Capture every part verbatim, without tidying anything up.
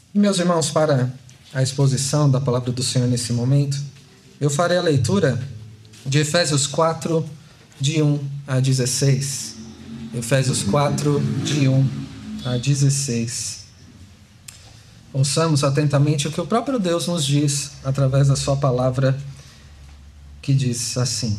Meus irmãos, para a exposição da palavra do Senhor nesse momento, eu farei a leitura de Efésios quatro, de um a dezesseis. Efésios quatro, de um a dezesseis. Ouçamos atentamente o que o próprio Deus nos diz através da sua palavra, que diz assim: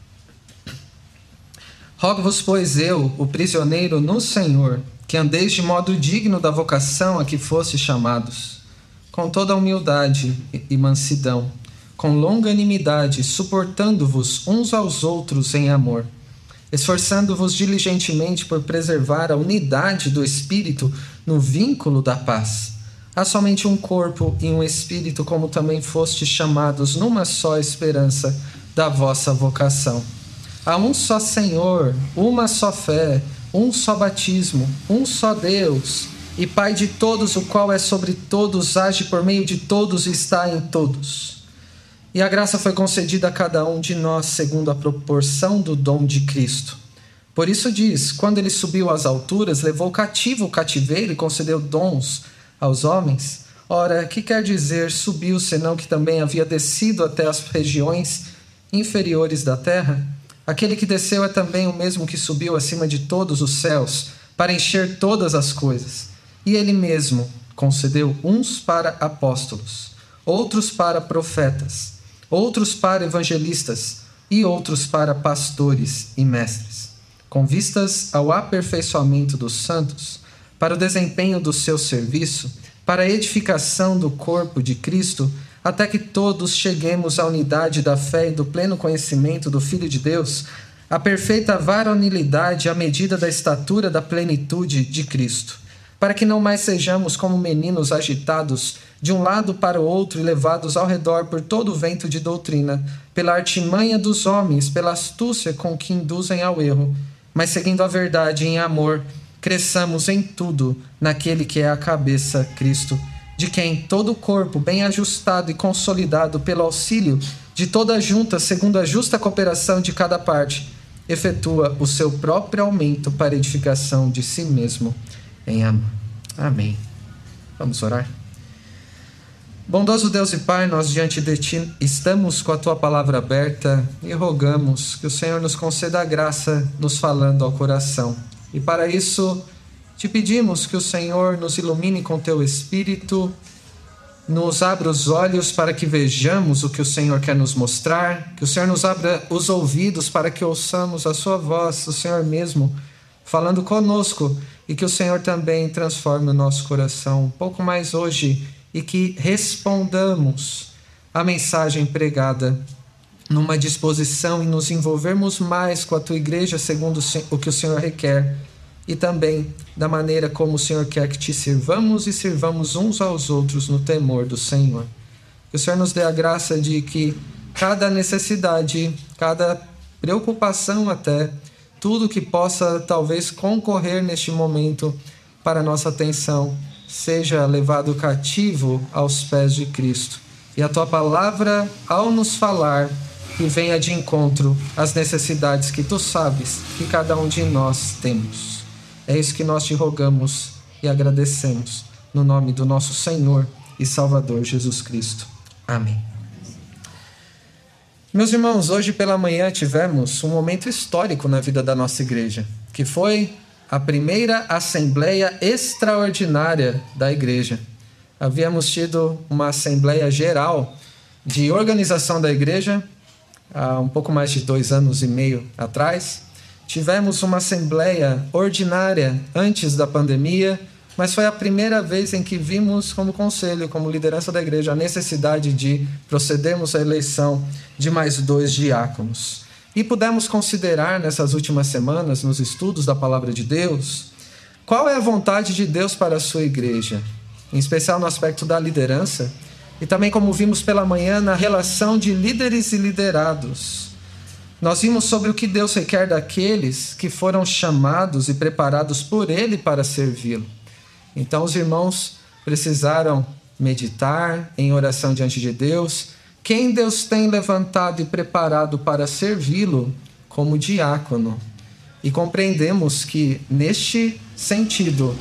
Rogo-vos, pois eu, o prisioneiro no Senhor, que andeis de modo digno da vocação a que fostes chamados, com toda a humildade e mansidão, com longanimidade, suportando-vos uns aos outros em amor, esforçando-vos diligentemente por preservar a unidade do Espírito no vínculo da paz. Há somente um corpo e um Espírito, como também fostes chamados numa só esperança da vossa vocação. Há um só Senhor, uma só fé, um só batismo, um só Deus e Pai de todos, o qual é sobre todos, age por meio de todos e está em todos. E a graça foi concedida a cada um de nós segundo a proporção do dom de Cristo. Por isso diz, quando ele subiu às alturas, levou cativo o cativeiro e concedeu dons aos homens. Ora, que quer dizer subiu, senão que também havia descido até as regiões inferiores da terra? Aquele que desceu é também o mesmo que subiu acima de todos os céus, para encher todas as coisas. E ele mesmo concedeu uns para apóstolos, outros para profetas, outros para evangelistas e outros para pastores e mestres, com vistas ao aperfeiçoamento dos santos, para o desempenho do seu serviço, para a edificação do corpo de Cristo, até que todos cheguemos à unidade da fé e do pleno conhecimento do Filho de Deus, à perfeita varonilidade à medida da estatura da plenitude de Cristo, para que não mais sejamos como meninos agitados de um lado para o outro e levados ao redor por todo o vento de doutrina, pela artimanha dos homens, pela astúcia com que induzem ao erro, mas seguindo a verdade em amor, cresçamos em tudo naquele que é a cabeça, Cristo, de quem todo o corpo, bem ajustado e consolidado pelo auxílio de toda a junta, segundo a justa cooperação de cada parte, efetua o seu próprio aumento para edificação de si mesmo em amor. Amém. Vamos orar? Bondoso Deus e Pai, nós diante de Ti estamos com a Tua palavra aberta e rogamos que o Senhor nos conceda a graça nos falando ao coração. E para isso, Te pedimos que o Senhor nos ilumine com Teu Espírito, nos abra os olhos para que vejamos o que o Senhor quer nos mostrar, que o Senhor nos abra os ouvidos para que ouçamos a Sua voz, o Senhor mesmo, falando conosco, e que o Senhor também transforme o nosso coração um pouco mais hoje e que respondamos a mensagem pregada numa disposição em nos envolvermos mais com a Tua igreja segundo o que o Senhor requer, e também da maneira como o Senhor quer que Te sirvamos e sirvamos uns aos outros no temor do Senhor. Que o Senhor nos dê a graça de que cada necessidade, cada preocupação até, tudo que possa talvez concorrer neste momento para a nossa atenção, seja levado cativo aos pés de Cristo. E a Tua palavra, ao nos falar, que venha de encontro às necessidades que Tu sabes que cada um de nós temos. É isso que nós Te rogamos e agradecemos, no nome do nosso Senhor e Salvador Jesus Cristo. Amém. Meus irmãos, hoje pela manhã tivemos um momento histórico na vida da nossa igreja, que foi a primeira Assembleia Extraordinária da igreja. Havíamos tido uma Assembleia Geral de organização da igreja há um pouco mais de dois anos e meio atrás. Tivemos uma Assembleia Ordinária antes da pandemia, mas foi a primeira vez em que vimos como conselho, como liderança da igreja, a necessidade de procedermos à eleição de mais dois diáconos. E pudemos considerar nessas últimas semanas, nos estudos da Palavra de Deus, qual é a vontade de Deus para a sua igreja, em especial no aspecto da liderança, e também como vimos pela manhã na relação de líderes e liderados. Nós vimos sobre o que Deus requer daqueles que foram chamados e preparados por Ele para servi-lo. Então os irmãos precisaram meditar em oração diante de Deus, quem Deus tem levantado e preparado para servi-lo como diácono. E compreendemos que, neste sentido,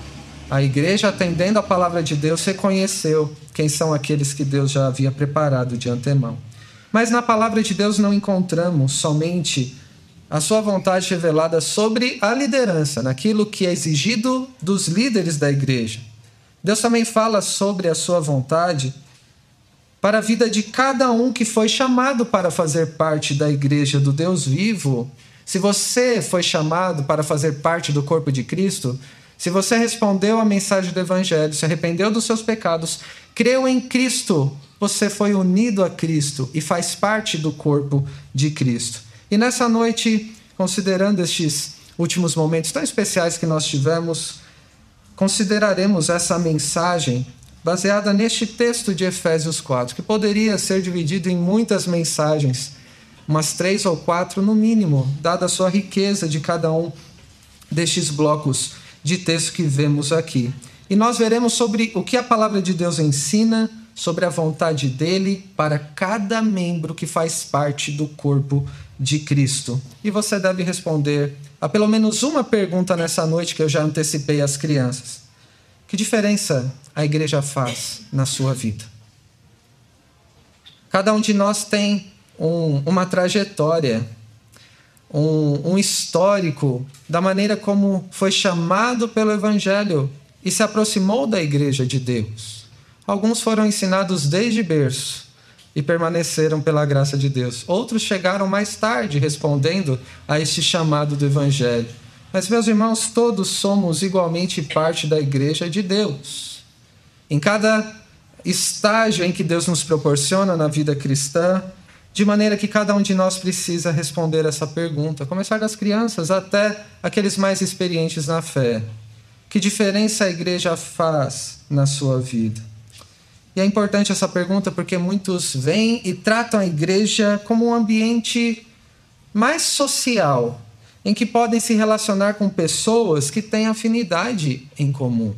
A igreja, atendendo a palavra de Deus, reconheceu quem são aqueles que Deus já havia preparado de antemão. Mas na palavra de Deus não encontramos somente a sua vontade revelada sobre a liderança, naquilo que é exigido dos líderes da igreja. Deus também fala sobre a sua vontade para a vida de cada um que foi chamado para fazer parte da igreja do Deus vivo. Se você foi chamado para fazer parte do corpo de Cristo, se você respondeu à mensagem do Evangelho, se arrependeu dos seus pecados, creu em Cristo, você foi unido a Cristo e faz parte do corpo de Cristo. E nessa noite, considerando estes últimos momentos tão especiais que nós tivemos, consideraremos essa mensagem baseada neste texto de Efésios quatro, que poderia ser dividido em muitas mensagens, umas três ou quatro no mínimo, dada a sua riqueza de cada um destes blocos de texto que vemos aqui. E nós veremos sobre o que a palavra de Deus ensina sobre a vontade dele para cada membro que faz parte do corpo de Cristo. E você deve responder a pelo menos uma pergunta nessa noite que eu já antecipei às crianças. Que diferença a igreja faz na sua vida? Cada um de nós tem um, uma trajetória, um, um histórico da maneira como foi chamado pelo Evangelho e se aproximou da igreja de Deus. Alguns foram ensinados desde berço e permaneceram pela graça de Deus. Outros chegaram mais tarde, respondendo a este chamado do Evangelho. Mas, meus irmãos, todos somos igualmente parte da igreja de Deus. Em cada estágio em que Deus nos proporciona na vida cristã, de maneira que cada um de nós precisa responder essa pergunta, começar das crianças até aqueles mais experientes na fé. Que diferença a igreja faz na sua vida? E é importante essa pergunta porque muitos vêm e tratam a igreja como um ambiente mais social, em que podem se relacionar com pessoas que têm afinidade em comum.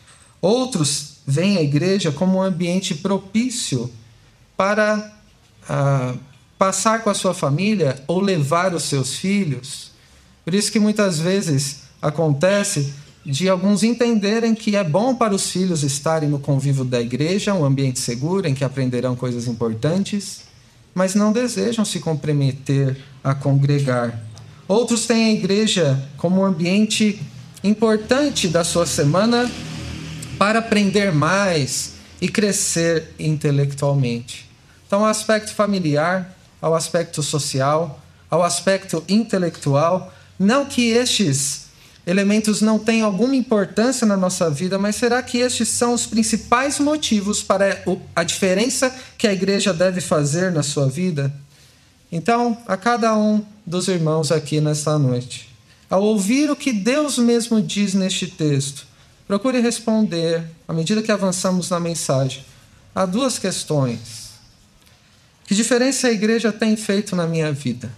Outros veem a igreja como um ambiente propício para ah, passar com a sua família ou levar os seus filhos. Por isso que muitas vezes acontece de alguns entenderem que é bom para os filhos estarem no convívio da igreja, um ambiente seguro em que aprenderão coisas importantes, mas não desejam se comprometer a congregar. Outros têm a igreja como um ambiente importante da sua semana para aprender mais e crescer intelectualmente. Então, ao aspecto familiar, ao aspecto social, ao aspecto intelectual, não que estes elementos não têm alguma importância na nossa vida, mas será que estes são os principais motivos para a diferença que a igreja deve fazer na sua vida? Então, a cada um dos irmãos aqui nesta noite, ao ouvir o que Deus mesmo diz neste texto, procure responder, à medida que avançamos na mensagem, a duas questões. Que diferença a igreja tem feito na minha vida?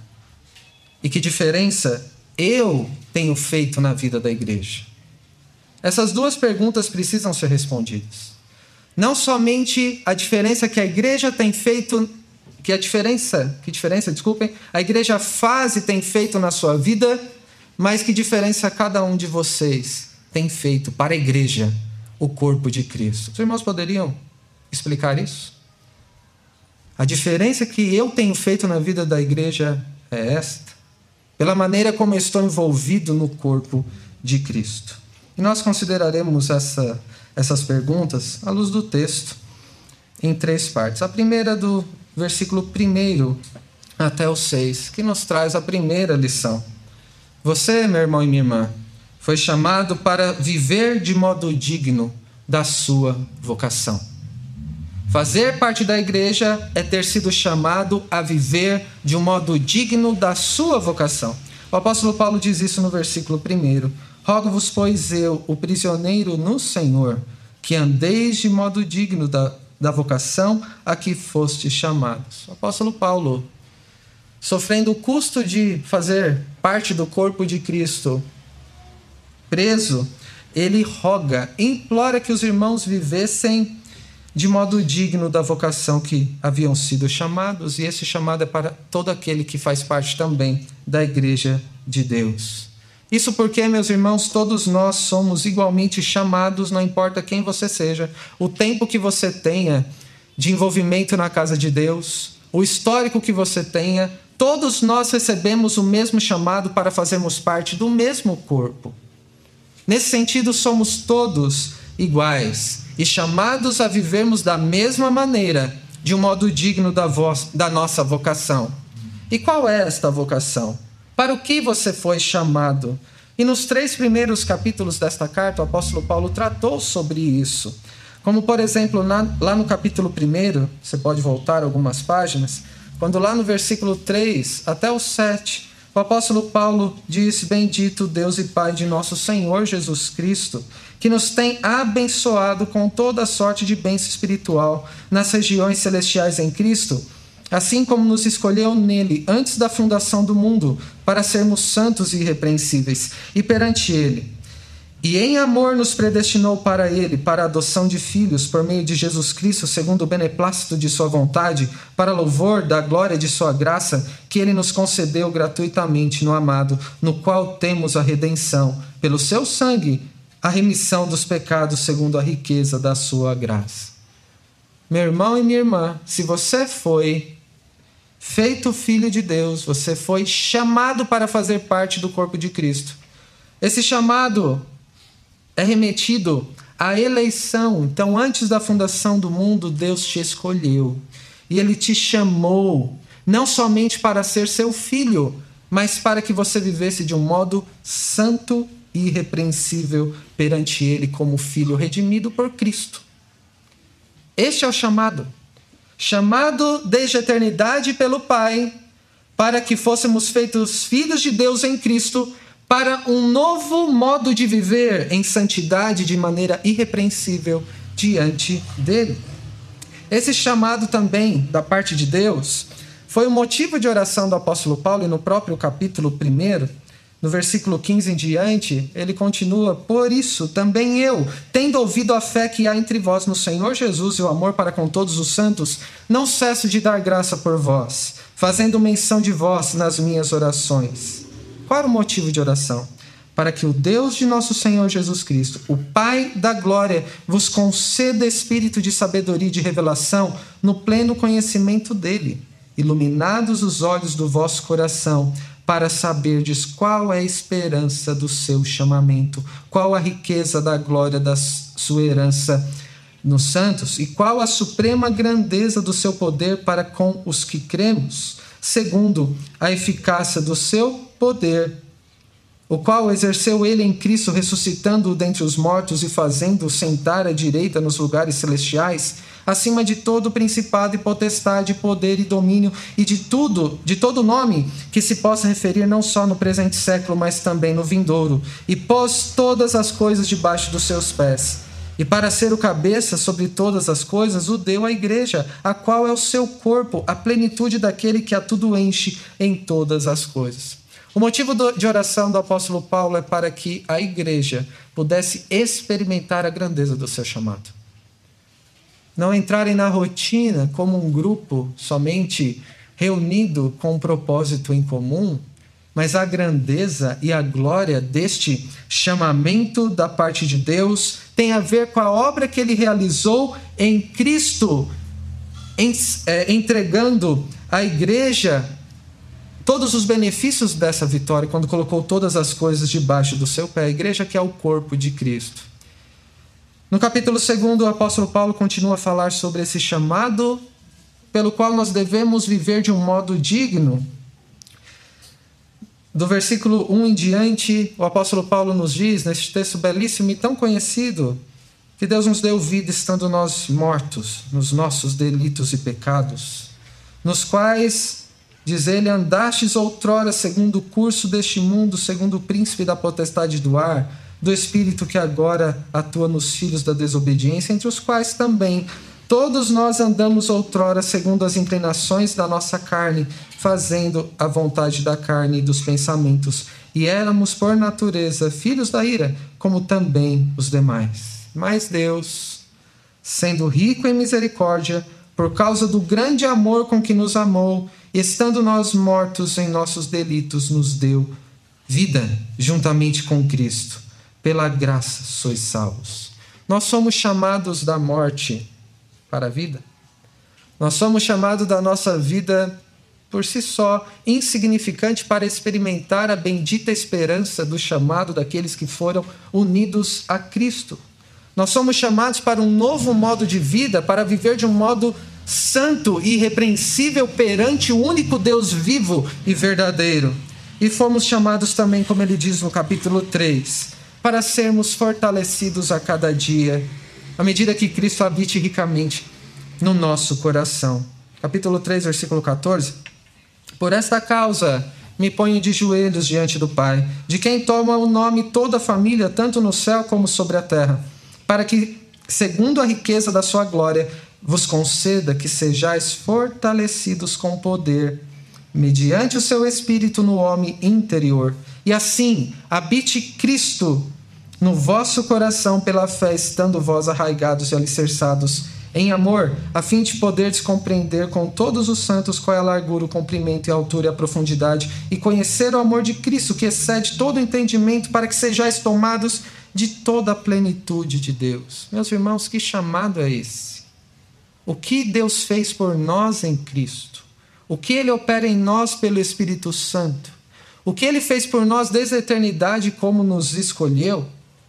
E que diferença eu tenho feito na vida da igreja? Essas duas perguntas precisam ser respondidas. Não somente a diferença que a igreja tem feito, que a diferença, que diferença, desculpem, a igreja faz e tem feito na sua vida, mas que diferença cada um de vocês tem feito para a igreja, o corpo de Cristo. Os irmãos poderiam explicar isso? A diferença que eu tenho feito na vida da igreja é esta, pela maneira como eu estou envolvido no corpo de Cristo. E nós consideraremos essa, essas perguntas à luz do texto em três partes. A primeira do versículo primeiro até o seis, que nos traz a primeira lição. Você, meu irmão e minha irmã, foi chamado para viver de modo digno da sua vocação. Fazer parte da igreja é ter sido chamado a viver de um modo digno da sua vocação. O apóstolo Paulo diz isso no versículo primeiro. Rogo-vos, pois eu, o prisioneiro no Senhor, que andeis de modo digno da, da vocação a que fostes chamados. O apóstolo Paulo, sofrendo o custo de fazer parte do corpo de Cristo, preso, ele roga, implora que os irmãos vivessem de modo digno da vocação que haviam sido chamados, e esse chamado é para todo aquele que faz parte também da igreja de Deus. Isso porque, meus irmãos, todos nós somos igualmente chamados, não importa quem você seja, o tempo que você tenha de envolvimento na casa de Deus, o histórico que você tenha, todos nós recebemos o mesmo chamado para fazermos parte do mesmo corpo. Nesse sentido, somos todos iguais e chamados a vivermos da mesma maneira, de um modo digno da, voz, da nossa vocação. E qual é esta vocação? Para o que você foi chamado? E nos três primeiros capítulos desta carta, o apóstolo Paulo tratou sobre isso. Como, por exemplo, na, lá no capítulo primeiro, você pode voltar algumas páginas, quando lá no versículo três até o sete, o apóstolo Paulo diz: bendito Deus e Pai de nosso Senhor Jesus Cristo, que nos tem abençoado com toda sorte de bênção espiritual nas regiões celestiais em Cristo, assim como nos escolheu nele antes da fundação do mundo, para sermos santos e irrepreensíveis, e perante ele. E em amor nos predestinou para ele, para a adoção de filhos, por meio de Jesus Cristo, segundo o beneplácito de sua vontade, para louvor da glória de sua graça, que ele nos concedeu gratuitamente no amado, no qual temos a redenção, pelo seu sangue, a remissão dos pecados, segundo a riqueza da sua graça. Meu irmão e minha irmã, se você foi feito filho de Deus, você foi chamado para fazer parte do corpo de Cristo. Esse chamado é remetido à eleição. Então, antes da fundação do mundo, Deus te escolheu. E Ele te chamou, não somente para ser seu filho, mas para que você vivesse de um modo santo e irrepreensível perante Ele, como filho redimido por Cristo. Este é o chamado. Chamado desde a eternidade pelo Pai, para que fôssemos feitos filhos de Deus em Cristo, para um novo modo de viver em santidade de maneira irrepreensível diante dele. Esse chamado também da parte de Deus foi o motivo de oração do apóstolo Paulo, e no próprio capítulo primeiro, no versículo quinze em diante, ele continua: por isso também eu, tendo ouvido a fé que há entre vós no Senhor Jesus e o amor para com todos os santos, não cesso de dar graça por vós, fazendo menção de vós nas minhas orações. Qual era o motivo de oração? Para que o Deus de nosso Senhor Jesus Cristo, o Pai da glória, vos conceda espírito de sabedoria e de revelação no pleno conhecimento dele, iluminados os olhos do vosso coração, para saberdes qual é a esperança do seu chamamento, qual a riqueza da glória da sua herança nos santos, e qual a suprema grandeza do seu poder para com os que cremos, segundo a eficácia do seu poder, o qual exerceu ele em Cristo, ressuscitando-o dentre os mortos e fazendo-o sentar à direita nos lugares celestiais, acima de todo principado e potestade, poder e domínio, e de tudo, de todo nome que se possa referir não só no presente século, mas também no vindouro, e pôs todas as coisas debaixo dos seus pés. E para ser o cabeça sobre todas as coisas, o deu à igreja, a qual é o seu corpo, a plenitude daquele que a tudo enche em todas as coisas. O motivo de oração do apóstolo Paulo é para que a igreja pudesse experimentar a grandeza do seu chamado. Não entrarem na rotina como um grupo somente reunido com um propósito em comum, mas a grandeza e a glória deste chamamento da parte de Deus tem a ver com a obra que ele realizou em Cristo, em, é, entregando à igreja todos os benefícios dessa vitória, quando colocou todas as coisas debaixo do seu pé, a igreja que é o corpo de Cristo. No capítulo segundo, o apóstolo Paulo continua a falar sobre esse chamado pelo qual nós devemos viver de um modo digno. Do versículo um em diante, o apóstolo Paulo nos diz, neste texto belíssimo e tão conhecido, que Deus nos deu vida estando nós mortos nos nossos delitos e pecados, nos quais, diz ele, andastes outrora segundo o curso deste mundo, segundo o príncipe da potestade do ar, do espírito que agora atua nos filhos da desobediência, entre os quais também todos nós andamos outrora segundo as inclinações da nossa carne, fazendo a vontade da carne e dos pensamentos, e éramos por natureza filhos da ira, como também os demais. Mas Deus, sendo rico em misericórdia, por causa do grande amor com que nos amou, estando nós mortos em nossos delitos, nos deu vida juntamente com Cristo. Pela graça sois salvos. Nós somos chamados da morte para a vida. Nós somos chamados da nossa vida por si só, insignificante, para experimentar a bendita esperança do chamado daqueles que foram unidos a Cristo. Nós somos chamados para um novo modo de vida, para viver de um modo santo e irrepreensível perante o único Deus vivo e verdadeiro. E fomos chamados também, como ele diz no capítulo três, para sermos fortalecidos a cada dia, à medida que Cristo habite ricamente no nosso coração. Capítulo três, versículo catorze. Por esta causa me ponho de joelhos diante do Pai, de quem toma o nome toda a família, tanto no céu como sobre a terra, para que, segundo a riqueza da sua glória, vos conceda que sejais fortalecidos com poder, mediante o seu Espírito no homem interior, e assim habite Cristo no vosso coração pela fé, estando vós arraigados e alicerçados em amor, a fim de poderes compreender com todos os santos qual é a largura, o comprimento e a altura e a profundidade, e conhecer o amor de Cristo, que excede todo o entendimento, para que sejais tomados de toda a plenitude de Deus. Meus irmãos, que chamado é esse? O que Deus fez por nós em Cristo? O que Ele opera em nós pelo Espírito Santo? O que Ele fez por nós desde a eternidade, como nos escolheu?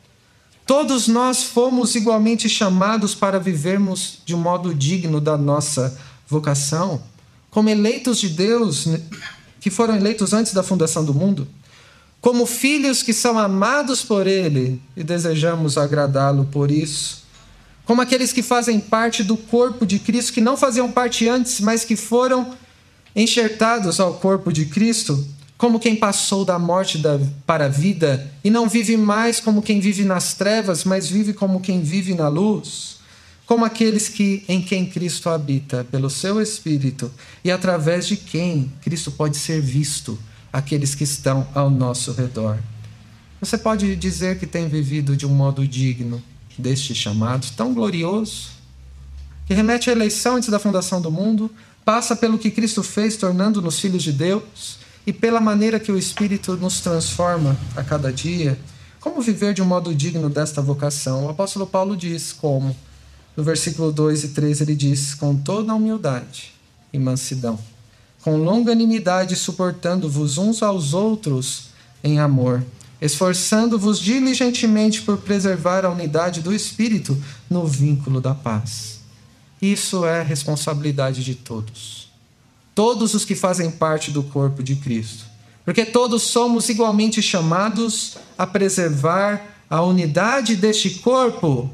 Todos nós fomos igualmente chamados para vivermos de um modo digno da nossa vocação, como eleitos de Deus, que foram eleitos antes da fundação do mundo, como filhos que são amados por Ele e desejamos agradá-lo por isso, como aqueles que fazem parte do corpo de Cristo, que não faziam parte antes, mas que foram enxertados ao corpo de Cristo, como quem passou da morte para a vida e não vive mais como quem vive nas trevas, mas vive como quem vive na luz, como aqueles que, em quem Cristo habita pelo seu Espírito e através de quem Cristo pode ser visto, aqueles que estão ao nosso redor. Você pode dizer que tem vivido de um modo digno deste chamado tão glorioso, que remete à eleição antes da fundação do mundo, passa pelo que Cristo fez, tornando-nos filhos de Deus, e pela maneira que o Espírito nos transforma a cada dia. Como viver de um modo digno desta vocação? O apóstolo Paulo diz como. No versículo dois e três ele diz: com toda a humildade e mansidão, com longanimidade, suportando-vos uns aos outros em amor, esforçando-vos diligentemente por preservar a unidade do Espírito no vínculo da paz. Isso é responsabilidade de todos. Todos os que fazem parte do corpo de Cristo. Porque todos somos igualmente chamados a preservar a unidade deste corpo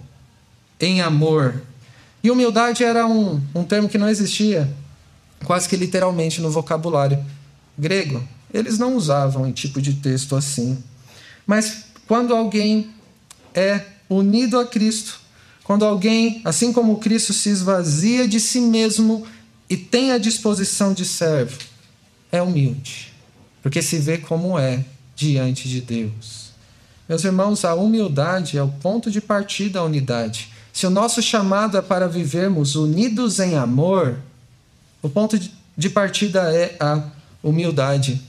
em amor. E humildade era um, um termo que não existia, quase que literalmente, no vocabulário grego. Eles não usavam em tipo de texto assim. Mas quando alguém é unido a Cristo, quando alguém, assim como Cristo, se esvazia de si mesmo e tem a disposição de servo, é humilde, porque se vê como é diante de Deus. Meus irmãos, a humildade é o ponto de partida da unidade. Se o nosso chamado é para vivermos unidos em amor, o ponto de partida é a humildade.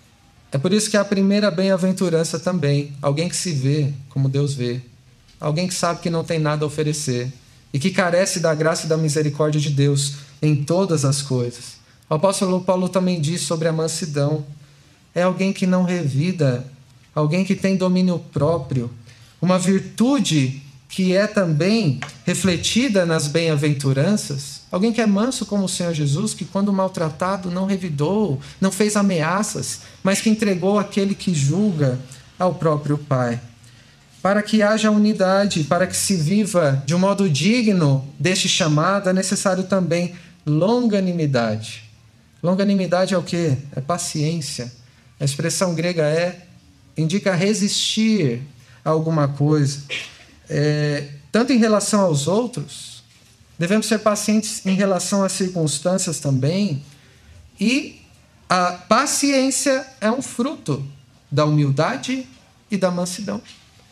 É por isso que a primeira bem-aventurança também, alguém que se vê como Deus vê, alguém que sabe que não tem nada a oferecer e que carece da graça e da misericórdia de Deus em todas as coisas. O apóstolo Paulo também diz sobre a mansidão. É alguém que não revida, alguém que tem domínio próprio, uma virtude que é também refletida nas bem-aventuranças. Alguém que é manso como o Senhor Jesus, que quando maltratado não revidou, não fez ameaças, mas que entregou aquele que julga ao próprio Pai. Para que haja unidade, para que se viva de um modo digno deste chamado, é necessário também longanimidade. Longanimidade é o quê? É paciência. A expressão grega é, indica resistir a alguma coisa. É, tanto em relação aos outros, devemos ser pacientes em relação às circunstâncias também. E a paciência é um fruto da humildade e da mansidão.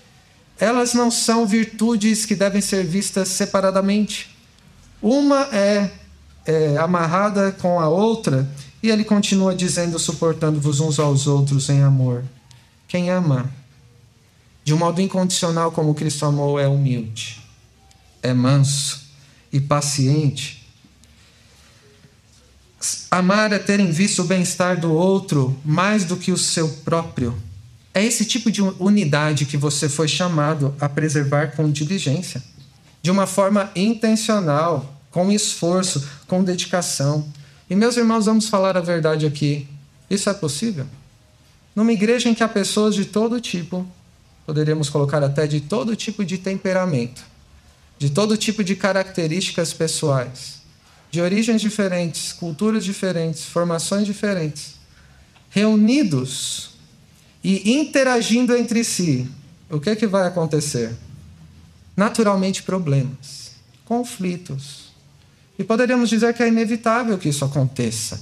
Elas não são virtudes que devem ser vistas separadamente. Uma é, é amarrada com a outra, e ele continua dizendo, suportando-vos uns aos outros em amor. Quem ama de um modo incondicional como Cristo amou é humilde, é manso e paciente. Amar é ter em vista o bem-estar do outro mais do que o seu próprio. É esse tipo de unidade que você foi chamado a preservar com diligência, de uma forma intencional, com esforço, com dedicação. E, meus irmãos, vamos falar a verdade aqui. Isso é possível? Numa igreja em que há pessoas de todo tipo, poderíamos colocar até de todo tipo de temperamento, de todo tipo de características pessoais, de origens diferentes, culturas diferentes, formações diferentes, reunidos e interagindo entre si, o que, que vai acontecer? Naturalmente, problemas, conflitos. E poderíamos dizer que é inevitável que isso aconteça.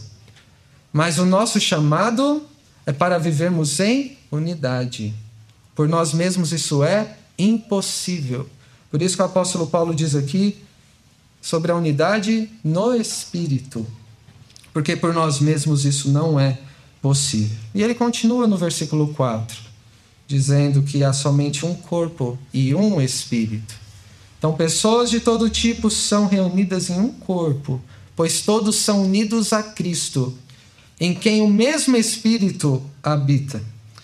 Mas o nosso chamado é para vivermos em unidade. Por nós mesmos isso é impossível. Por isso que o apóstolo Paulo diz aqui sobre a unidade no Espírito. Porque por nós mesmos isso não é possível. E ele continua no versículo quatro, dizendo que há somente um corpo e um Espírito. Então, pessoas de todo tipo são reunidas em um corpo, pois todos são unidos a Cristo, em quem o mesmo Espírito habita.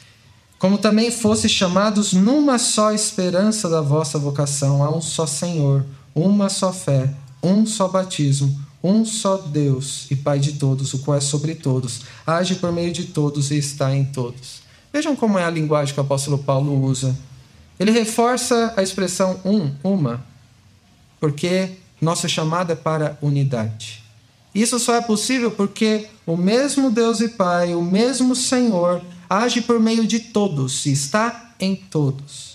Como também fosse chamados numa só esperança da vossa vocação, há um só Senhor, uma só fé, um só batismo, um só Deus e Pai de todos, o qual é sobre todos, age por meio de todos e está em todos. Vejam como é a linguagem que o apóstolo Paulo usa. Ele reforça a expressão um, uma, porque nosso chamado é para unidade. Isso só é possível porque o mesmo Deus e Pai, o mesmo Senhor, age por meio de todos e está em todos.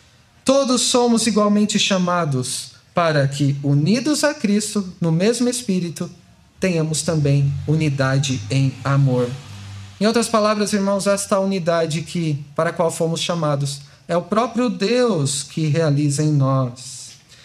Todos somos igualmente chamados para que, unidos a Cristo, no mesmo Espírito, tenhamos também unidade em amor. Em outras palavras, irmãos, esta unidade que, para a qual fomos chamados é o próprio Deus que realiza em nós.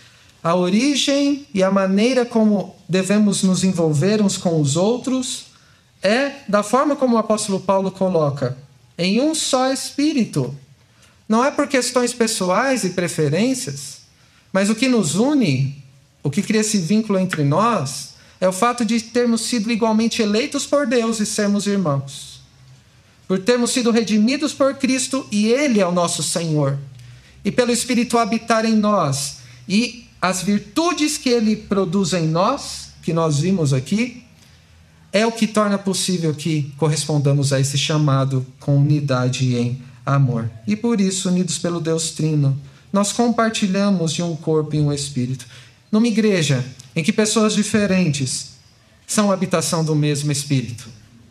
A origem e a maneira como devemos nos envolver uns com os outros é da forma como o apóstolo Paulo coloca, em um só Espírito. Não é por questões pessoais e preferências, mas o que nos une, o que cria esse vínculo entre nós, é o fato de termos sido igualmente eleitos por Deus e sermos irmãos. Por termos sido redimidos por Cristo e Ele é o nosso Senhor. E pelo Espírito habitar em nós. E as virtudes que Ele produz em nós, que nós vimos aqui, é o que torna possível que correspondamos a esse chamado com unidade e em amor. E por isso, unidos pelo Deus Trino, nós compartilhamos de um corpo e um espírito. Numa igreja em que pessoas diferentes são habitação do mesmo Espírito.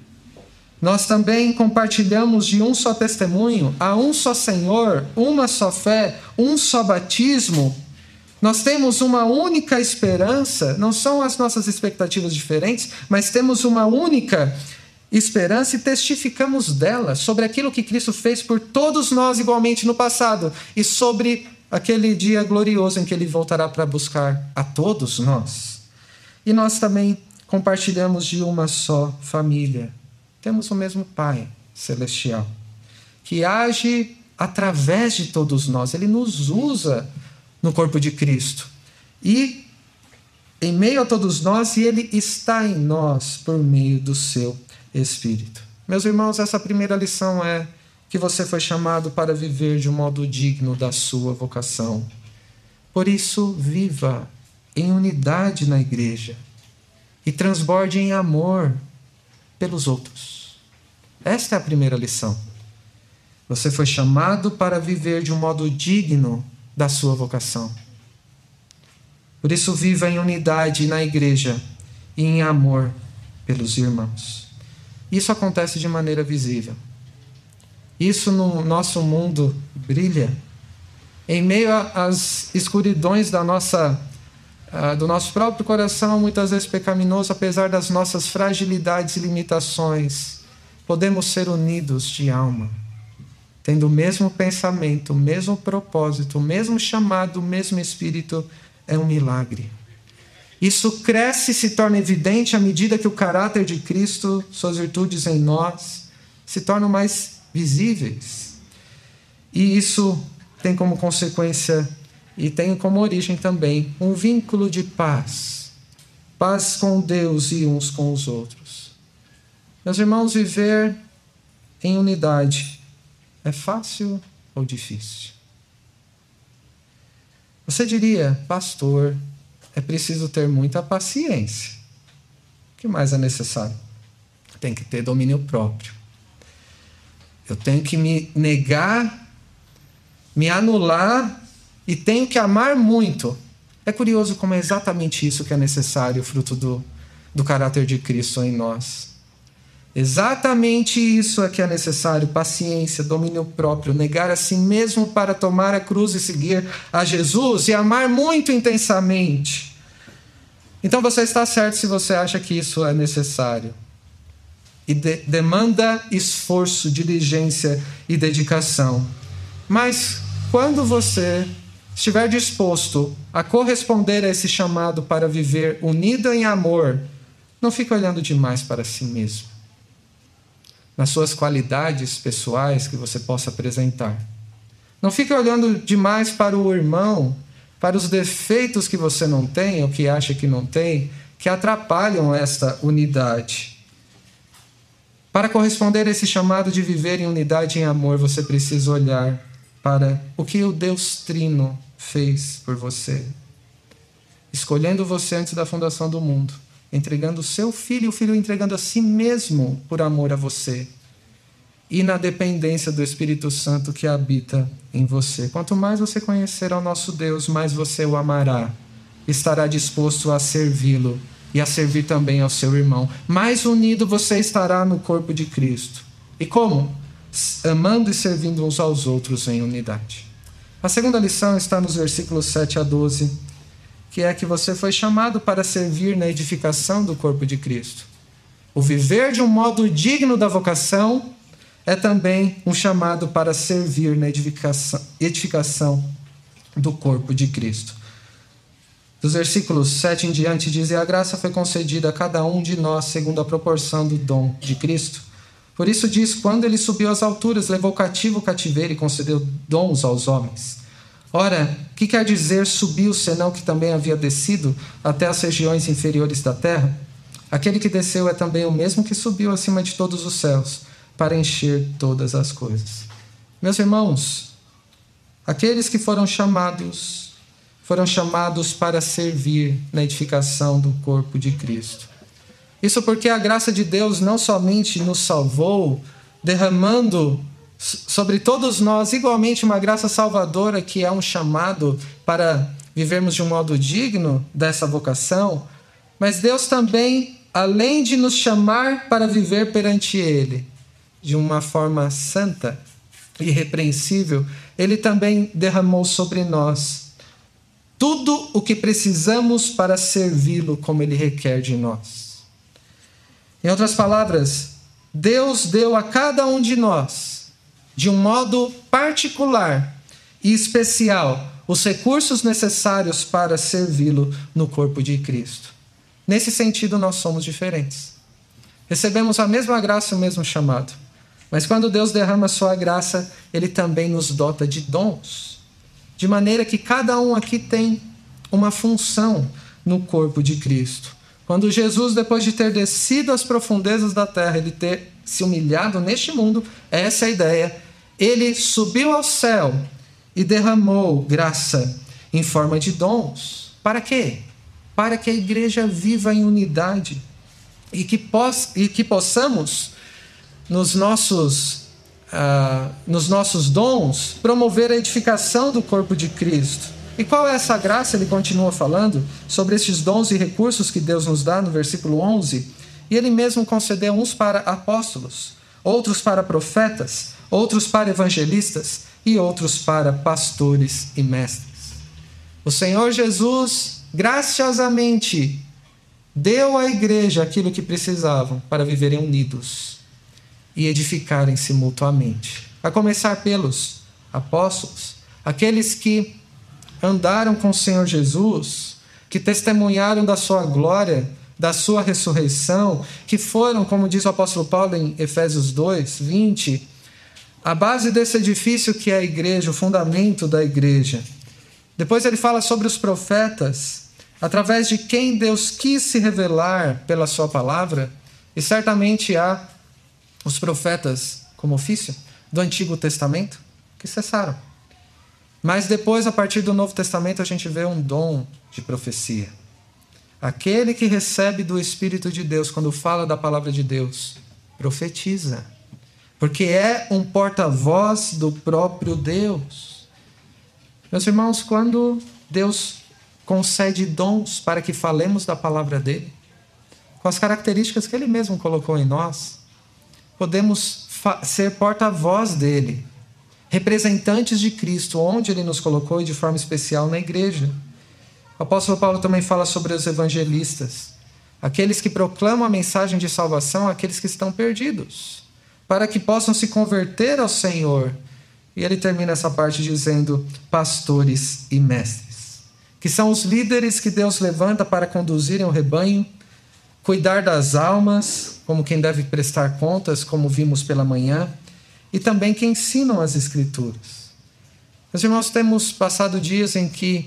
Nós também compartilhamos de um só testemunho, há um só Senhor, uma só fé, um só batismo. Nós temos uma única esperança, não são as nossas expectativas diferentes, mas temos uma única esperança e testificamos dela, sobre aquilo que Cristo fez por todos nós igualmente no passado e sobre aquele dia glorioso em que Ele voltará para buscar a todos nós. E nós também compartilhamos de uma só família. Temos o mesmo Pai celestial, que age através de todos nós. Ele nos usa no corpo de Cristo. E em meio a todos nós, e Ele está em nós por meio do seu Espírito. Meus irmãos, essa primeira lição é que você foi chamado para viver de um modo digno da sua vocação. Por isso, viva em unidade na igreja e transborde em amor pelos outros. Esta é a primeira lição. Você foi chamado para viver de um modo digno da sua vocação. Por isso, viva em unidade na igreja e em amor pelos irmãos. Isso acontece de maneira visível. Isso no nosso mundo brilha. Em meio às escuridões da nossa, do nosso próprio coração, muitas vezes pecaminoso, apesar das nossas fragilidades e limitações, podemos ser unidos de alma, tendo o mesmo pensamento, o mesmo propósito, o mesmo chamado, o mesmo Espírito. É um milagre. Isso cresce e se torna evidente à medida que o caráter de Cristo, suas virtudes em nós, se tornam mais visíveis. E isso tem como consequência e tem como origem também um vínculo de paz. Paz com Deus e uns com os outros. Meus irmãos, viver em unidade é fácil ou difícil? Você diria, pastor, é preciso ter muita paciência. O que mais é necessário? Tem que ter domínio próprio. Eu tenho que me negar, me anular e tenho que amar muito. É curioso como é exatamente isso que é necessário, fruto do, do caráter de Cristo em nós. Exatamente isso é que é necessário: paciência, domínio próprio, negar a si mesmo para tomar a cruz e seguir a Jesus e amar muito intensamente. Então você está certo se você acha que isso é necessário. E de, demanda esforço, diligência e dedicação. Mas quando você estiver disposto a corresponder a esse chamado para viver unido em amor, não fique olhando demais para si mesmo, nas suas qualidades pessoais que você possa apresentar. Não fique olhando demais para o irmão, para os defeitos que você não tem ou que acha que não tem, que atrapalham esta unidade. Para corresponder a esse chamado de viver em unidade e em amor, você precisa olhar para o que o Deus Trino fez por você, escolhendo você antes da fundação do mundo, entregando o seu filho, o filho entregando a si mesmo por amor a você, e na dependência do Espírito Santo que habita em você. Quanto mais você conhecer ao nosso Deus, mais você o amará, estará disposto a servi-lo e a servir também ao seu irmão. Mais unido você estará no corpo de Cristo. E como? Amando e servindo uns aos outros em unidade. A segunda lição está nos versículos sete a doze, que é que você foi chamado para servir na edificação do corpo de Cristo. O viver de um modo digno da vocação é também um chamado para servir na edificação, edificação do corpo de Cristo. Dos versículos sete em diante diz: e a graça foi concedida a cada um de nós segundo a proporção do dom de Cristo. Por isso diz: quando ele subiu às alturas, levou cativo o cativeiro e concedeu dons aos homens. Ora, que quer dizer subiu, senão que também havia descido até as regiões inferiores da terra? Aquele que desceu é também o mesmo que subiu acima de todos os céus, para encher todas as coisas. Meus irmãos, aqueles que foram chamados, foram chamados para servir na edificação do corpo de Cristo. Isso porque a graça de Deus não somente nos salvou, derramando sobre todos nós igualmente uma graça salvadora, que é um chamado para vivermos de um modo digno dessa vocação, mas Deus também, além de nos chamar para viver perante Ele de uma forma santa e irrepreensível, Ele também derramou sobre nós tudo o que precisamos para servi-lo como Ele requer de nós. Em outras palavras, Deus deu a cada um de nós, de um modo particular e especial, os recursos necessários para servi-lo no corpo de Cristo. Nesse sentido, nós somos diferentes. Recebemos a mesma graça e o mesmo chamado. Mas quando Deus derrama a sua graça, Ele também nos dota de dons, de maneira que cada um aqui tem uma função no corpo de Cristo. Quando Jesus, depois de ter descido às profundezas da terra, Ele ter se humilhado neste mundo, essa é a ideia, Ele subiu ao céu e derramou graça em forma de dons. Para quê? Para que a igreja viva em unidade e que, poss- e que possamos, nos nossos, uh, nos nossos dons, promover a edificação do corpo de Cristo. E qual é essa graça? Ele continua falando sobre estes dons e recursos que Deus nos dá no versículo onze. E Ele mesmo concedeu uns para apóstolos, outros para profetas, outros para evangelistas e outros para pastores e mestres. O Senhor Jesus graciosamente deu à igreja aquilo que precisavam para viverem unidos e edificarem-se mutuamente. A começar pelos apóstolos, aqueles que andaram com o Senhor Jesus, que testemunharam da sua glória, da sua ressurreição, que foram, como diz o apóstolo Paulo em Efésios dois, vinte, a base desse edifício que é a igreja, o fundamento da igreja. Depois ele fala sobre os profetas, através de quem Deus quis se revelar pela sua palavra, e certamente há os profetas como ofício do Antigo Testamento que cessaram. Mas depois, a partir do Novo Testamento, a gente vê um dom de profecia. Aquele que recebe do Espírito de Deus, quando fala da palavra de Deus, profetiza. Porque é um porta-voz do próprio Deus. Meus irmãos, quando Deus concede dons para que falemos da palavra dele, com as características que ele mesmo colocou em nós, podemos ser porta-voz dele, representantes de Cristo, onde ele nos colocou e de forma especial na igreja. O apóstolo Paulo também fala sobre os evangelistas, aqueles que proclamam a mensagem de salvação àqueles que estão perdidos, para que possam se converter ao Senhor. E ele termina essa parte dizendo pastores e mestres, que são os líderes que Deus levanta para conduzirem o rebanho, cuidar das almas, como quem deve prestar contas, como vimos pela manhã, e também que ensinam as Escrituras. Meus irmãos, temos passado dias em que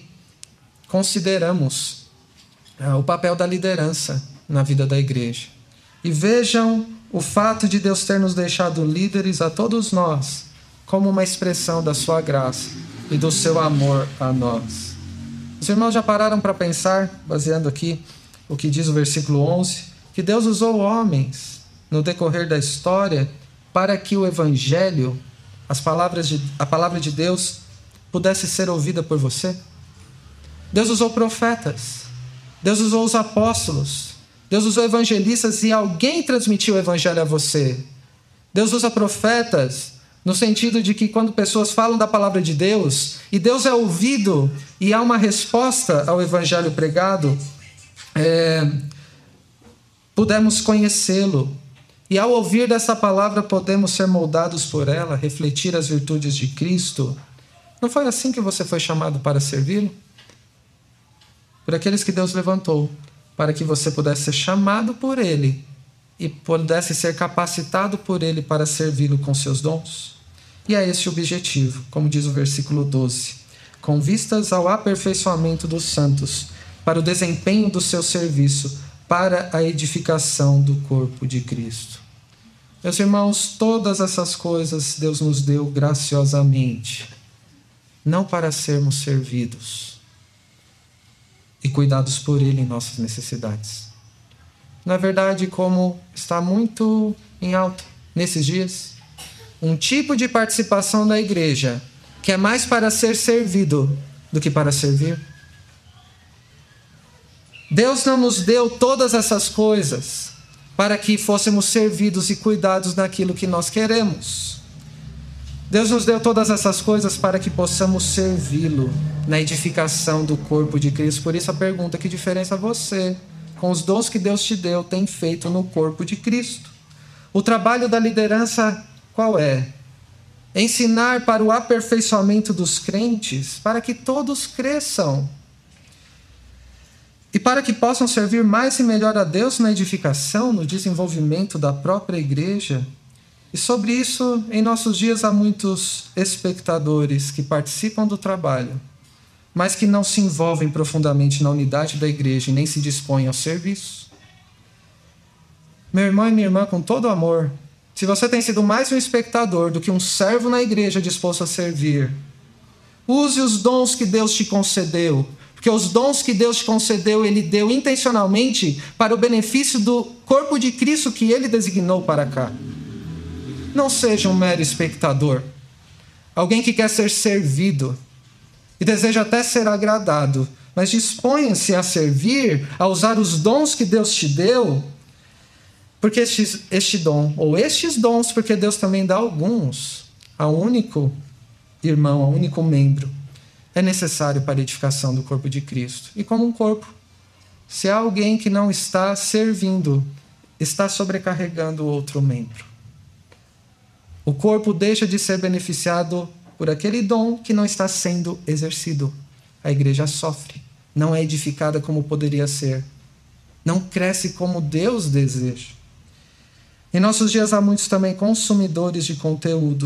consideramos ah, o papel da liderança na vida da igreja. E vejam o fato de Deus ter nos deixado líderes a todos nós, como uma expressão da sua graça e do seu amor a nós. Os irmãos já pararam para pensar, baseando aqui o que diz o versículo onze, que Deus usou homens no decorrer da história para que o Evangelho, as palavras de, a palavra de Deus, pudesse ser ouvida por você? Deus usou profetas, Deus usou os apóstolos, Deus usou evangelistas e alguém transmitiu o Evangelho a você. Deus usa profetas no sentido de que quando pessoas falam da palavra de Deus e Deus é ouvido e há uma resposta ao Evangelho pregado, é, pudemos conhecê-lo. E ao ouvir dessa palavra podemos ser moldados por ela, refletir as virtudes de Cristo. Não foi assim que você foi chamado para servi-lo? Por aqueles que Deus levantou, para que você pudesse ser chamado por Ele e pudesse ser capacitado por Ele para servi-lo com seus dons? E é esse o objetivo, como diz o versículo doze, com vistas ao aperfeiçoamento dos santos, para o desempenho do seu serviço, para a edificação do corpo de Cristo. Meus irmãos, todas essas coisas Deus nos deu graciosamente, não para sermos servidos e cuidados por Ele em nossas necessidades. Na verdade, como está muito em alta nesses dias, um tipo de participação da igreja que é mais para ser servido do que para servir. Deus não nos deu todas essas coisas para que fôssemos servidos e cuidados naquilo que nós queremos. Deus nos deu todas essas coisas para que possamos servi-lo na edificação do corpo de Cristo. Por isso a pergunta: que diferença você, com os dons que Deus te deu, tem feito no corpo de Cristo? O trabalho da liderança qual é? Ensinar para o aperfeiçoamento dos crentes, para que todos cresçam. E para que possam servir mais e melhor a Deus na edificação, no desenvolvimento da própria igreja. E sobre isso, em nossos dias, há muitos espectadores que participam do trabalho, mas que não se envolvem profundamente na unidade da igreja e nem se dispõem ao serviço. Meu irmão e minha irmã, com todo amor, se você tem sido mais um espectador do que um servo na igreja disposto a servir, use os dons que Deus te concedeu, porque os dons que Deus te concedeu, Ele deu intencionalmente para o benefício do corpo de Cristo que Ele designou para cá. Não seja um mero espectador, alguém que quer ser servido e deseja até ser agradado, mas disponha-se a servir, a usar os dons que Deus te deu, porque este, este dom, ou estes dons, porque Deus também dá alguns ao único irmão, ao único membro, é necessário para a edificação do corpo de Cristo. E como um corpo, se há alguém que não está servindo, está sobrecarregando o outro membro. O corpo deixa de ser beneficiado por aquele dom que não está sendo exercido. A igreja sofre, não é edificada como poderia ser, não cresce como Deus deseja. Em nossos dias há muitos também consumidores de conteúdo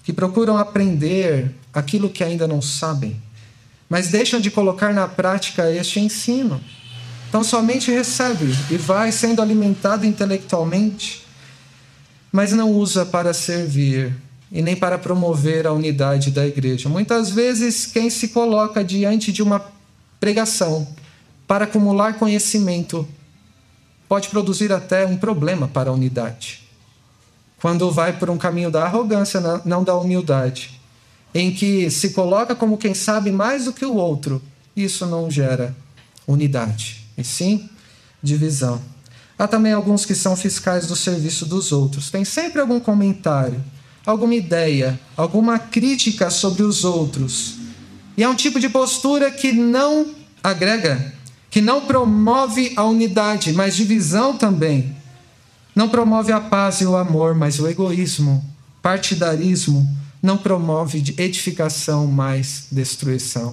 que procuram aprender aquilo que ainda não sabem, mas deixam de colocar na prática este ensino. Então somente recebe e vai sendo alimentado intelectualmente, mas não usa para servir e nem para promover a unidade da igreja. Muitas vezes quem se coloca diante de uma pregação para acumular conhecimento pode produzir até um problema para a unidade. Quando vai por um caminho da arrogância, não da humildade, em que se coloca como quem sabe mais do que o outro, isso não gera unidade, e sim divisão. Há também alguns que são fiscais do serviço dos outros. Tem sempre algum comentário, alguma ideia, alguma crítica sobre os outros. E é um tipo de postura que não agrega, que não promove a unidade, mas divisão também. Não promove a paz e o amor, mas o egoísmo, partidarismo, não promove edificação, mas destruição.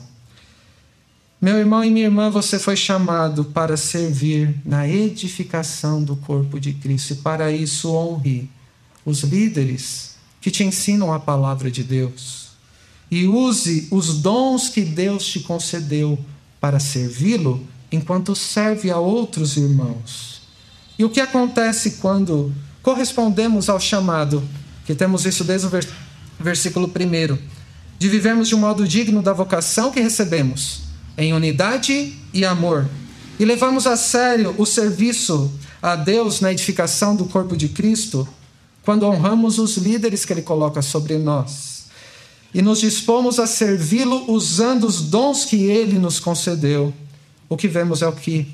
Meu irmão e minha irmã, você foi chamado para servir na edificação do corpo de Cristo. E para isso honre os líderes que te ensinam a palavra de Deus. E use os dons que Deus te concedeu para servi-lo, enquanto serve a outros irmãos. E o que acontece quando correspondemos ao chamado, que temos isso desde o versículo primeiro, de vivermos de um modo digno da vocação que recebemos, em unidade e amor, e levamos a sério o serviço a Deus na edificação do corpo de Cristo, quando honramos os líderes que Ele coloca sobre nós, e nos dispomos a servi-lo usando os dons que Ele nos concedeu. O que vemos é o que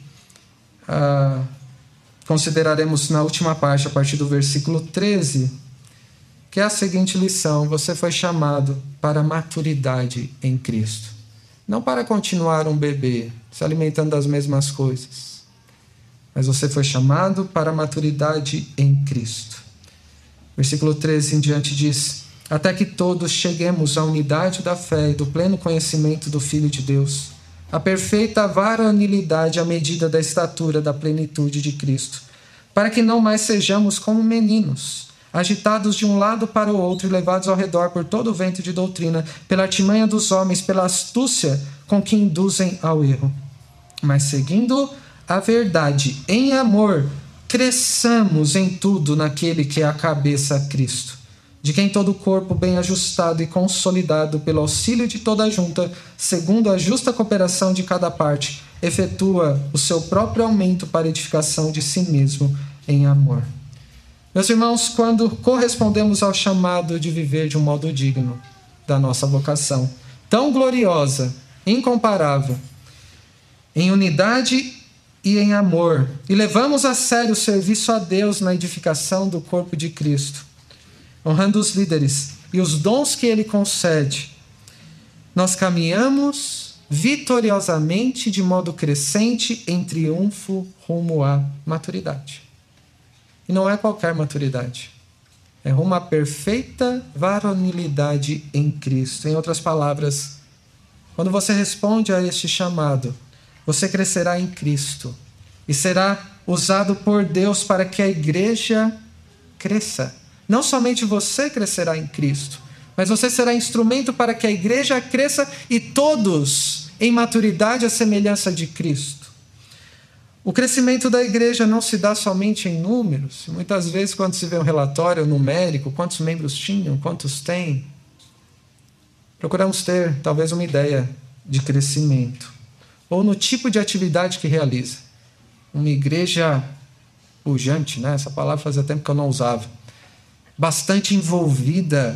ah, consideraremos na última parte, a partir do versículo treze, que é a seguinte lição: você foi chamado para a maturidade em Cristo. Não para continuar um bebê, se alimentando das mesmas coisas, mas você foi chamado para a maturidade em Cristo. Versículo treze em diante diz: até que todos cheguemos à unidade da fé e do pleno conhecimento do Filho de Deus, a perfeita varonilidade à medida da estatura da plenitude de Cristo, para que não mais sejamos como meninos, agitados de um lado para o outro e levados ao redor por todo o vento de doutrina, pela artimanha dos homens, pela astúcia com que induzem ao erro. Mas seguindo a verdade em amor, cresçamos em tudo naquele que é a cabeça, Cristo, de quem todo o corpo bem ajustado e consolidado pelo auxílio de toda a junta, segundo a justa cooperação de cada parte, efetua o seu próprio aumento para a edificação de si mesmo em amor. Meus irmãos, quando correspondemos ao chamado de viver de um modo digno da nossa vocação, tão gloriosa, incomparável, em unidade e em amor, e levamos a sério o serviço a Deus na edificação do corpo de Cristo, honrando os líderes e os dons que Ele concede, nós caminhamos vitoriosamente de modo crescente em triunfo rumo à maturidade. E não é qualquer maturidade. É rumo à perfeita varonilidade em Cristo. Em outras palavras, quando você responde a este chamado, você crescerá em Cristo e será usado por Deus para que a igreja cresça. Não somente você crescerá em Cristo, mas você será instrumento para que a igreja cresça e todos em maturidade à semelhança de Cristo. O crescimento da igreja não se dá somente em números. Muitas vezes, quando se vê um relatório numérico, quantos membros tinham, quantos têm, procuramos ter talvez uma ideia de crescimento, ou no tipo de atividade que realiza. Uma igreja pujante, né? Essa palavra fazia tempo que eu não usava. Bastante envolvida,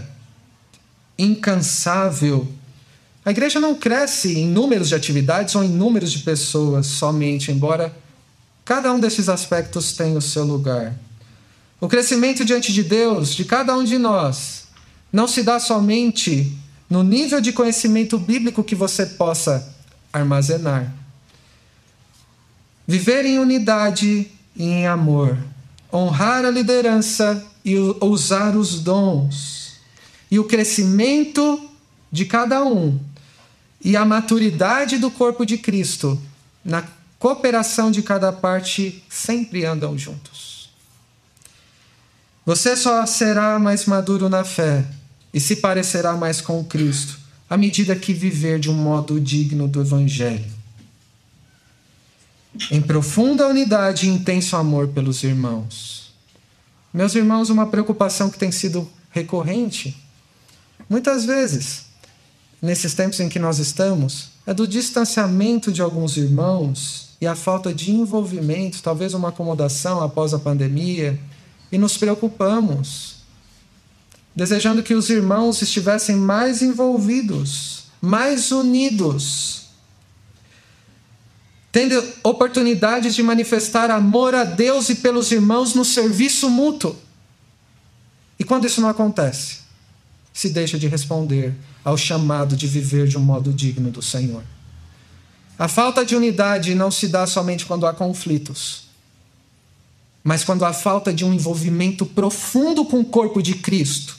incansável. A igreja não cresce em números de atividades ou em números de pessoas somente, embora cada um desses aspectos tenha o seu lugar. O crescimento diante de Deus, de cada um de nós, não se dá somente no nível de conhecimento bíblico que você possa armazenar. Viver em unidade e em amor, honrar a liderança e usar os dons, e o crescimento de cada um, e a maturidade do corpo de Cristo, na cooperação de cada parte, sempre andam juntos. Você só será mais maduro na fé e se parecerá mais com Cristo, à medida que viver de um modo digno do Evangelho, em profunda unidade e intenso amor pelos irmãos. Meus irmãos, uma preocupação que tem sido recorrente, muitas vezes, nesses tempos em que nós estamos, é do distanciamento de alguns irmãos e a falta de envolvimento, talvez uma acomodação após a pandemia, e nos preocupamos, desejando que os irmãos estivessem mais envolvidos, mais unidos, tendo oportunidades de manifestar amor a Deus e pelos irmãos no serviço mútuo. E quando isso não acontece, se deixa de responder ao chamado de viver de um modo digno do Senhor. A falta de unidade não se dá somente quando há conflitos, mas quando há falta de um envolvimento profundo com o corpo de Cristo,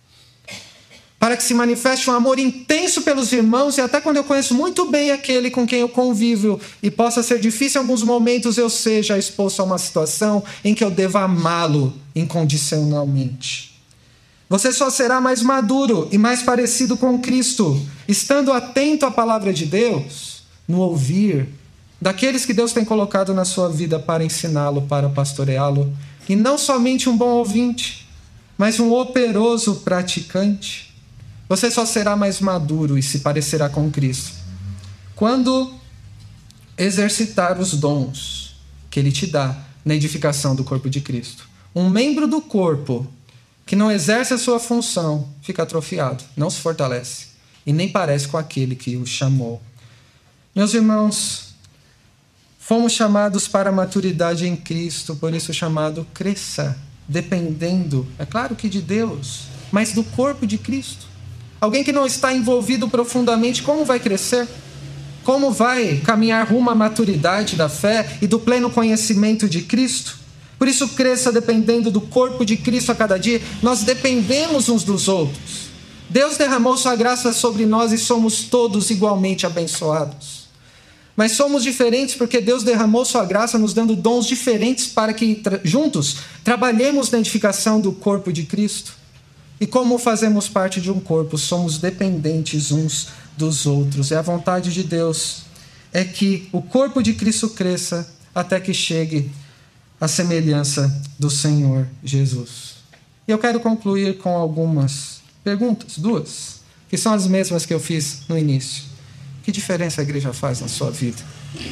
para que se manifeste um amor intenso pelos irmãos, e até quando eu conheço muito bem aquele com quem eu convivo, e possa ser difícil em alguns momentos, eu seja exposto a uma situação em que eu deva amá-lo incondicionalmente. Você só será mais maduro e mais parecido com Cristo, estando atento à palavra de Deus, no ouvir daqueles que Deus tem colocado na sua vida para ensiná-lo, para pastoreá-lo, e não somente um bom ouvinte, mas um operoso praticante. Você só será mais maduro e se parecerá com Cristo quando exercitar os dons que Ele te dá na edificação do corpo de Cristo. Um membro do corpo que não exerce a sua função fica atrofiado, não se fortalece e nem parece com aquele que o chamou. Meus irmãos, fomos chamados para a maturidade em Cristo, por isso o chamado cresça, dependendo, é claro que de Deus, mas do corpo de Cristo. Alguém que não está envolvido profundamente, como vai crescer? Como vai caminhar rumo à maturidade da fé e do pleno conhecimento de Cristo? Por isso, cresça dependendo do corpo de Cristo a cada dia. Nós dependemos uns dos outros. Deus derramou sua graça sobre nós e somos todos igualmente abençoados. Mas somos diferentes porque Deus derramou sua graça nos dando dons diferentes para que tra- juntos trabalhemos na edificação do corpo de Cristo. E como fazemos parte de um corpo, somos dependentes uns dos outros. E a vontade de Deus é que o corpo de Cristo cresça até que chegue à semelhança do Senhor Jesus. E eu quero concluir com algumas perguntas, duas, que são as mesmas que eu fiz no início. Que diferença a igreja faz na sua vida?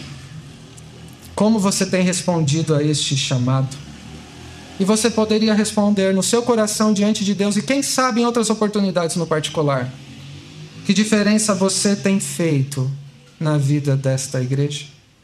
Como você tem respondido a este chamado? E você poderia responder no seu coração diante de Deus e quem sabe em outras oportunidades no particular. Que diferença você tem feito na vida desta igreja?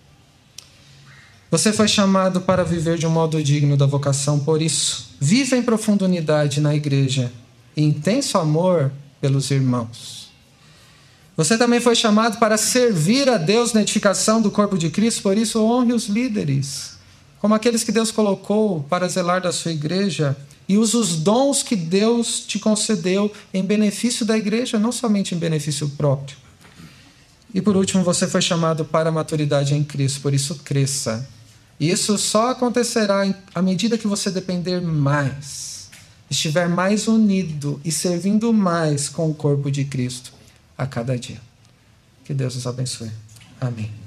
Você foi chamado para viver de um modo digno da vocação, por isso, viva em profunda unidade na igreja e intenso amor pelos irmãos. Você também foi chamado para servir a Deus na edificação do corpo de Cristo, por isso honre os líderes, como aqueles que Deus colocou para zelar da sua igreja, e use os dons que Deus te concedeu em benefício da igreja, não somente em benefício próprio. E por último, você foi chamado para a maturidade em Cristo, por isso cresça. E isso só acontecerá à medida que você depender mais, estiver mais unido e servindo mais com o corpo de Cristo a cada dia. Que Deus nos abençoe. Amém.